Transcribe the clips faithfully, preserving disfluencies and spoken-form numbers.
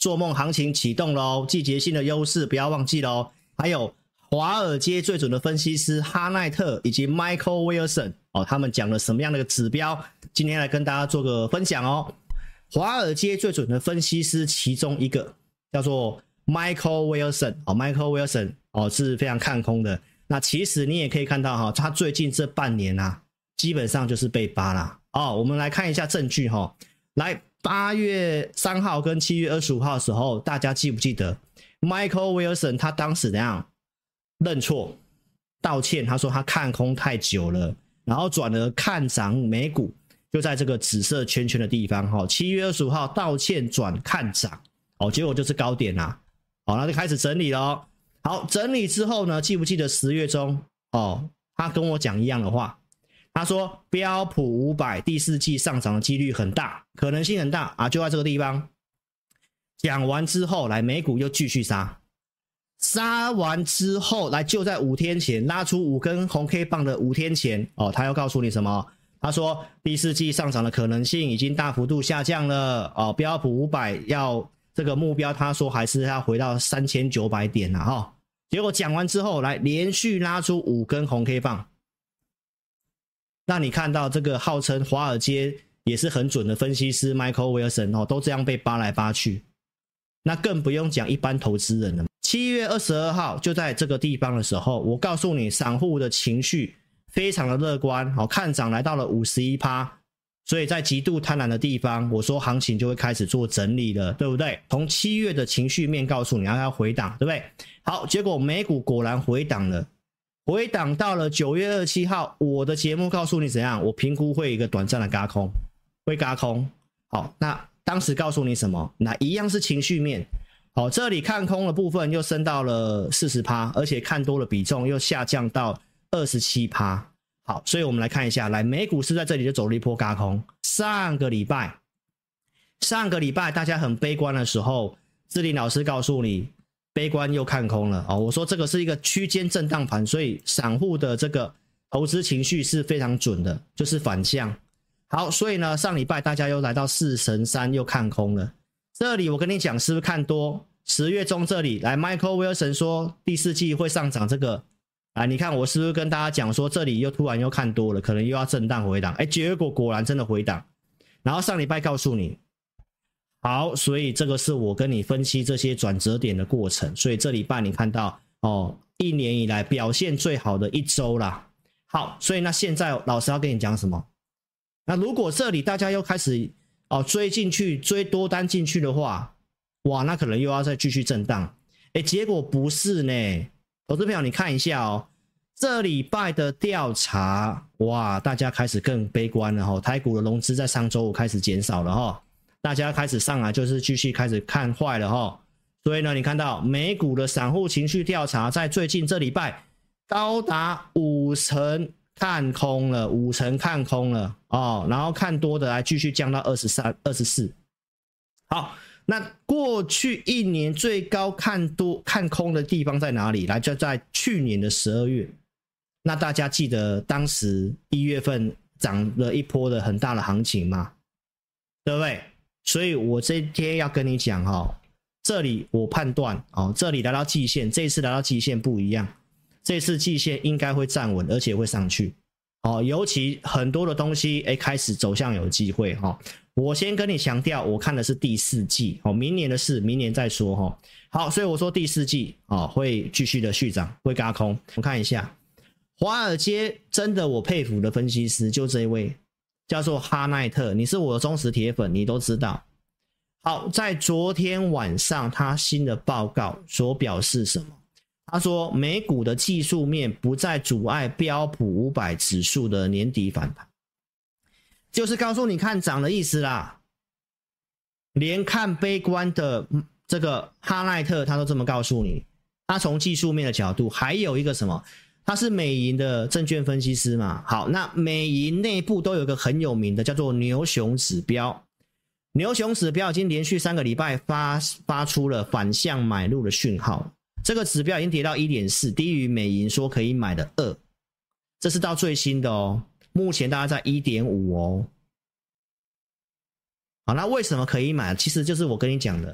做梦行情启动咯，季节性的优势不要忘记咯，还有华尔街最准的分析师哈奈特以及 Michael Wilson 哦，他们讲了什么样的指标，今天来跟大家做个分享哦。华尔街最准的分析师其中一个叫做 Michael Wilson 哦 Michael Wilson 哦是非常看空的。那其实你也可以看到哈、哦，他最近这半年啊基本上就是被扒啦哦。我们来看一下证据哈、哦，来八月三号跟七月二十五号的时候，大家记不记得 Michael Wilson 他当时怎样认错道歉，他说他看空太久了，然后转而看涨美股，就在这个紫色圈圈的地方哈。七月二十五号道歉转看涨，哦，结果就是高点啦、啊，好，那就开始整理了哦。好，整理之后呢，记不记得十月中哦，他跟我讲一样的话，他说标普五百第四季上涨的几率很大，可能性很大啊，就在这个地方。讲完之后，来美股又继续杀。杀完之后，来就在五天前拉出五根红 K 棒的五天前哦，他要告诉你什么？他说第四季上涨的可能性已经大幅度下降了哦，标普五百要这个目标，他说还是要回到三千九百点啦哈、哦。结果讲完之后，来连续拉出五根红 K 棒，那你看到这个号称华尔街也是很准的分析师 Michael Wilson 哦，都这样被扒来扒去，那更不用讲一般投资人了。七月二十二号就在这个地方的时候，我告诉你散户的情绪非常的乐观，好，看涨来到了 百分之五十一， 所以在极度贪婪的地方，我说行情就会开始做整理了，对不对？从七月的情绪面告诉你要回档，对不对？好，结果美股果然回档了，回档到了九月二十七号，我的节目告诉你怎样，我评估会有一个短暂的軋空，会軋空。好，那当时告诉你什么？那一样是情绪面。好，这里看空的部分又升到了 百分之四十， 而且看多的比重又下降到 百分之二十七。 好，所以我们来看一下，来美股是在这里就走了一波軋空。上个礼拜上个礼拜大家很悲观的时候，志霖老师告诉你悲观又看空了、哦、我说这个是一个区间震荡盘，所以散户的这个投资情绪是非常准的，就是反向。好，所以呢上礼拜大家又来到四乘三又看空了，这里我跟你讲是不是看多？十月中这里来 Michael Wilson 说第四季会上涨，这个啊，你看我是不是跟大家讲说这里又突然又看多了，可能又要震荡回档，哎，结果果然真的回档。然后上礼拜告诉你，好，所以这个是我跟你分析这些转折点的过程，所以这礼拜你看到哦，一年以来表现最好的一周啦。好，所以那现在老师要跟你讲什么？那如果这里大家又开始哦追进去，追多单进去的话，哇，那可能又要再继续震荡。哎，结果不是呢，投资朋友你看一下哦，这礼拜的调查，哇，大家开始更悲观了哈、哦，台股的融资在上周五开始减少了哈、哦，大家开始上来就是继续开始看坏了哈、哦，所以呢，你看到美股的散户情绪调查在最近这礼拜高达五成看空了，五成看空了哦，然后看多的来继续降到二十三、二十四。好，那过去一年最高看多看空的地方在哪里？来，就在去年的十二月。那大家记得当时一月份涨了一波的很大的行情吗？对不对？所以我这天要跟你讲哈、哦，这里我判断哦，这里来到季线，这一次来到季线不一样。这次季线应该会站稳，而且会上去哦。尤其很多的东西，哎，开始走向有机会哈、哦。我先跟你强调，我看的是第四季哦，明年的事，明年再说哈、哦。好，所以我说第四季哦会继续的续涨，会軋空。我们看一下，华尔街真的我佩服的分析师就这一位，叫做哈奈特，你是我的忠实铁粉，你都知道。好，在昨天晚上他新的报告所表示什么？他说美股的技术面不再阻碍标普五百指数的年底反弹，就是告诉你看涨的意思啦。连看悲观的这个哈奈特他都这么告诉你，他从技术面的角度，还有一个什么，他是美银的证券分析师嘛。好，那美银内部都有一个很有名的叫做牛熊指标，牛熊指标已经连续三个礼拜发发出了反向买入的讯号，这个指标已经跌到 一点四， 低于美银说可以买的二，这是到最新的哦，目前大概在 一点五 哦。好，那为什么可以买？其实就是我跟你讲的，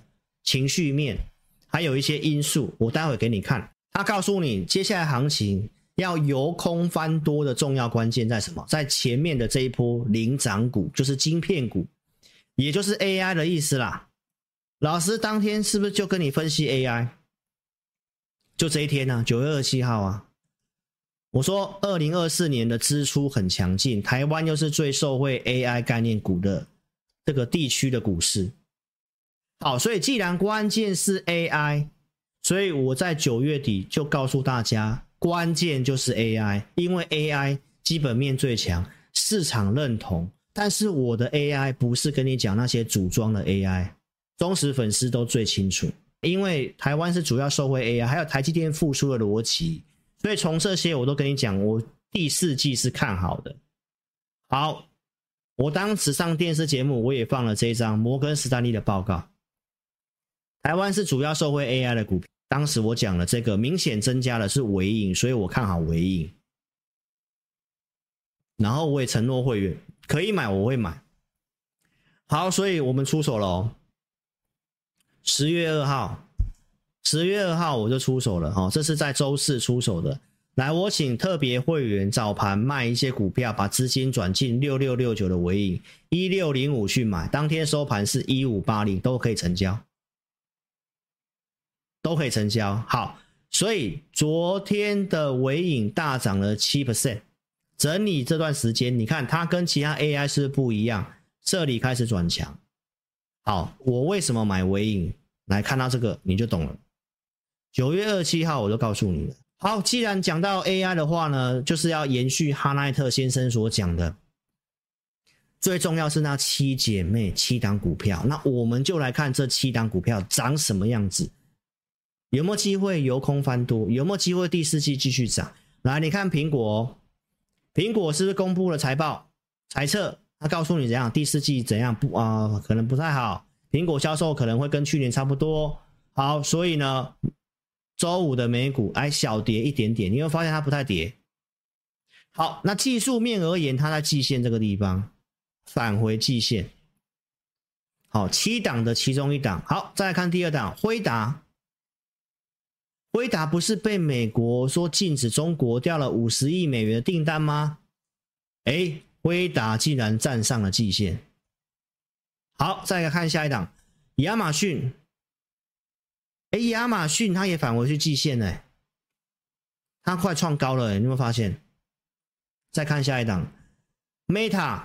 情绪面，还有一些因素，我待会给你看。他告诉你接下来行情要由空翻多的重要关键在什么？在前面的这一波领涨股，就是晶片股，也就是 A I 的意思啦。老师当天是不是就跟你分析 A I？ 就这一天啊，九月二十七号啊，我说二零二四年的支出很强劲，台湾又是最受惠 A I 概念股的这个地区的股市。好，所以既然关键是 A I， 所以我在九月底就告诉大家，关键就是 A I， 因为 A I 基本面最强，市场认同。但是我的 A I 不是跟你讲那些组装的 A I， 忠实粉丝都最清楚，因为台湾是主要受惠 A I， 还有台积电复苏的逻辑，所以从这些我都跟你讲，我第四季是看好的。好，我当时上电视节目我也放了这一张摩根士丹利的报告，台湾是主要受惠 A I 的股票，当时我讲了这个明显增加的是微影，所以我看好微影，然后我也承诺会员可以买我会买。好，所以我们出手了哦，十月二号十月二号我就出手了、哦、这是在周四出手的。来，我请特别会员早盘卖一些股票，把资金转进六六六九的微影一六零五去买，当天收盘是一五八零，都可以成交，都可以成交。好，所以昨天的微影大涨了 百分之七， 整理这段时间你看它跟其他 A I 是不一样，这里开始转强。好，我为什么买微影？来看到这个你就懂了。九月二十七号我就告诉你了。好，既然讲到 A I 的话呢，就是要延续哈奈特先生所讲的，最重要是那七姐妹七档股票，那我们就来看这七档股票长什么样子，有没有机会由空翻多，有没有机会第四季继续涨。来，你看苹果哦，苹果是不是公布了财报财测，他告诉你怎样第四季怎样不啊、呃，可能不太好，苹果销售可能会跟去年差不多。好，所以呢周五的美股哎小跌一点点，你会发现它不太跌。好，那技术面而言，它在季线这个地方返回季线。好，七档的其中一档。好，再来看第二档，辉达。辉达不是被美国说禁止中国掉了五十亿美元的订单吗？诶，辉达竟然站上了季线。好，再来看下一档，亚马逊。诶，亚马逊它也返回去季线了，它快创高了，你有没有发现？再看下一档 Meta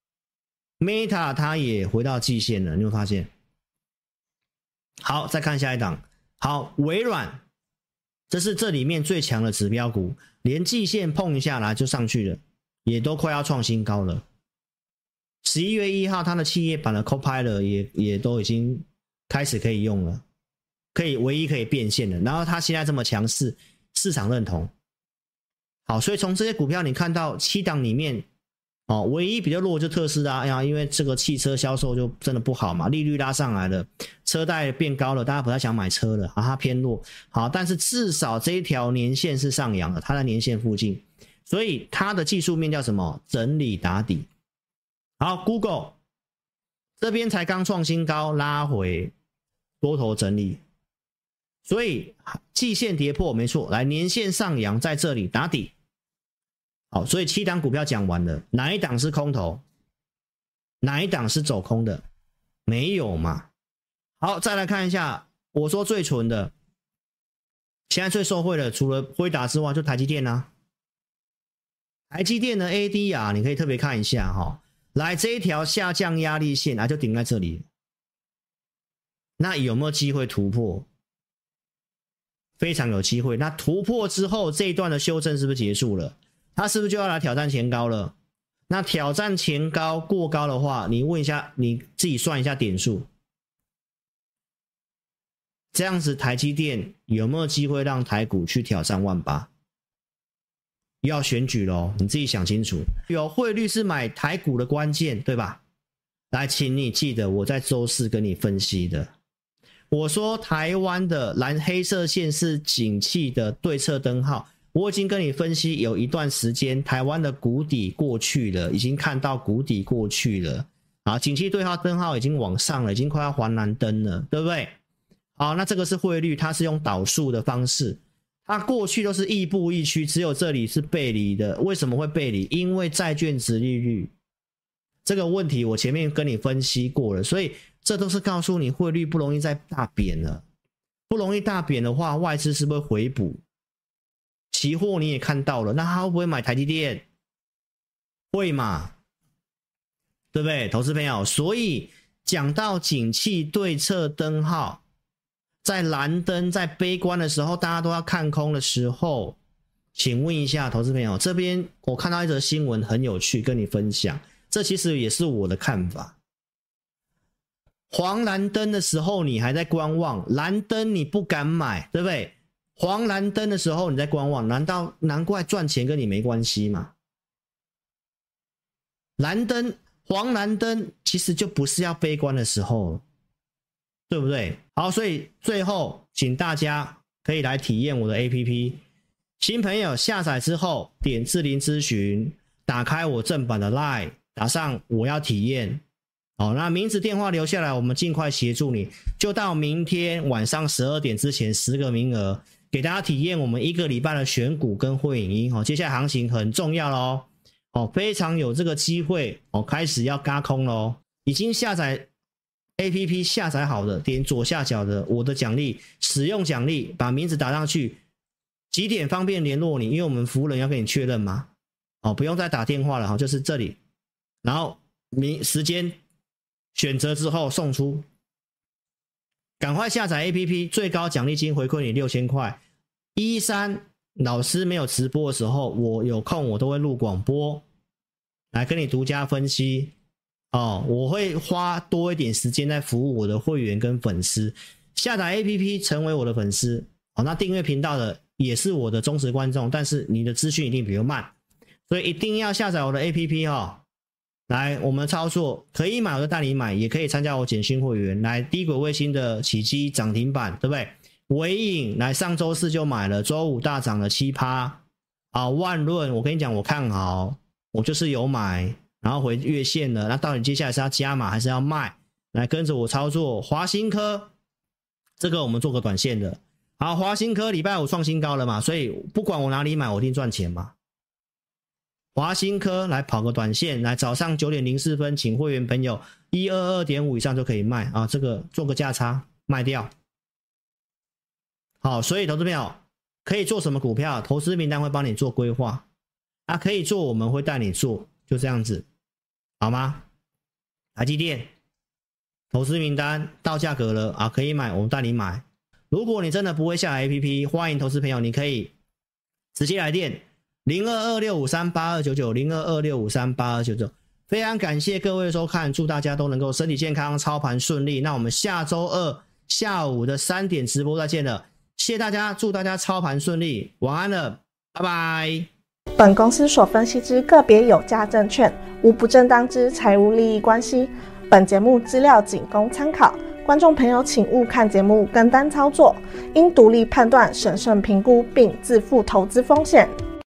Meta 它也回到季线了，你有没有发现？好，再看下一档，好，微软，这是这里面最强的指标股，连季线碰一下来就上去了，也都快要创新高了。十一月一号它的企业版的 Copilot 也也都已经开始可以用了，可以唯一可以变现的，然后它现在这么强势，市场认同。好，所以从这些股票你看到七档里面哦，唯一比较弱就特斯拉，哎呀，因为这个汽车销售就真的不好嘛，利率拉上来了，车贷变高了，大家不太想买车了，啊，它偏弱。好，但是至少这一条年线是上扬的，它在年线附近，所以它的技术面叫什么？整理打底。好 ，Google 这边才刚创新高，拉回多头整理。所以季线跌破没错，来年线上扬在这里打底。好，所以七档股票讲完了，哪一档是空头？哪一档是走空的？没有嘛。好，再来看一下，我说最纯的，现在最受惠的除了辉达之外就台积电啊。台积电的 A D 啊，你可以特别看一下哈、哦。来，这一条下降压力线啊就顶在这里，那有没有机会突破？非常有机会。那突破之后这一段的修正是不是结束了？它是不是就要来挑战前高了？那挑战前高过高的话，你问一下，你自己算一下点数，这样子台积电有没有机会让台股去挑战万八？要选举咯，你自己想清楚。有汇率是买台股的关键，对吧？来，请你记得我在周四跟你分析的，我说台湾的蓝黑色线是景气的对策灯号，我已经跟你分析有一段时间台湾的谷底过去了，已经看到谷底过去了啊，景气对号灯号已经往上了，已经快要黄蓝灯了，对不对？ 好，那这个是汇率，它是用导数的方式，它过去都是亦步亦趋，只有这里是背离的。为什么会背离？因为债券殖利率这个问题我前面跟你分析过了，所以这都是告诉你汇率不容易再大贬了。不容易大贬的话，外资是不是会回补？期货你也看到了，那他会不会买台积电？会嘛？对不对，投资朋友？所以讲到景气对策灯号，在蓝灯在悲观的时候，大家都要看空的时候，请问一下投资朋友，这边我看到一则新闻很有趣，跟你分享，这其实也是我的看法。黄蓝灯的时候你还在观望，蓝灯你不敢买，对不对？黄蓝灯的时候你在观望，难道难怪赚钱跟你没关系吗？蓝灯黄蓝灯其实就不是要悲观的时候，对不对？好，所以最后请大家可以来体验我的 A P P， 新朋友下载之后点智霖咨询，打开我正版的 LINE， 打上我要体验，好，那名字电话留下来，我们尽快协助你，就到明天晚上十二点之前十个名额给大家体验我们一个礼拜的选股跟会影音，接下来行情很重要咯，非常有这个机会开始要軋空咯。已经下载 A P P 下载好的点左下角的我的奖励使用奖励，把名字打上去，几点方便联络你，因为我们服务人要跟你确认嘛，不用再打电话了，就是这里，然后时间选择之后送出，赶快下载 A P P， 最高奖励金回馈你六千块。一三老师没有直播的时候，我有空我都会录广播来跟你独家分析哦，我会花多一点时间在服务我的会员跟粉丝。下载 A P P 成为我的粉丝，哦，那订阅频道的也是我的忠实观众，但是你的资讯一定比较慢，所以一定要下载我的 A P P 哦。来，我们操作可以买我就带你买，也可以参加我简讯会员。来，低轨卫星的起基涨停板，对不对？微影来上周四就买了，周五大涨了 百分之七 啊。万润我跟你讲我看好，我就是有买，然后回月线了，那到底接下来是要加码还是要卖？来跟着我操作。华新科这个我们做个短线的，好，华新科礼拜五创新高了嘛，所以不管我哪里买我一定赚钱嘛。华新科来跑个短线，来早上九点零四分请会员朋友 一百二十二点五 以上就可以卖啊，这个做个价差卖掉。好，所以投资朋友可以做什么股票，投资名单会帮你做规划啊，可以做我们会带你做，就这样子好吗？台积电投资名单到价格了啊，可以买我们带你买。如果你真的不会下载 A P P， 欢迎投资朋友你可以直接来电零二二六五三八二九九 零二二六五三八二九九。非常感谢各位收看，祝大家都能够身体健康，操盘顺利。那我们下周二下午的三点直播再见了，谢谢大家，祝大家操盘顺利，晚安了，拜拜。 本公司所分析之个别有价证券无不正当之财务利益关系，本节目资料仅供参考，观众朋友请勿看节目跟单操作，应独立判断、审慎评估并自负投资风险。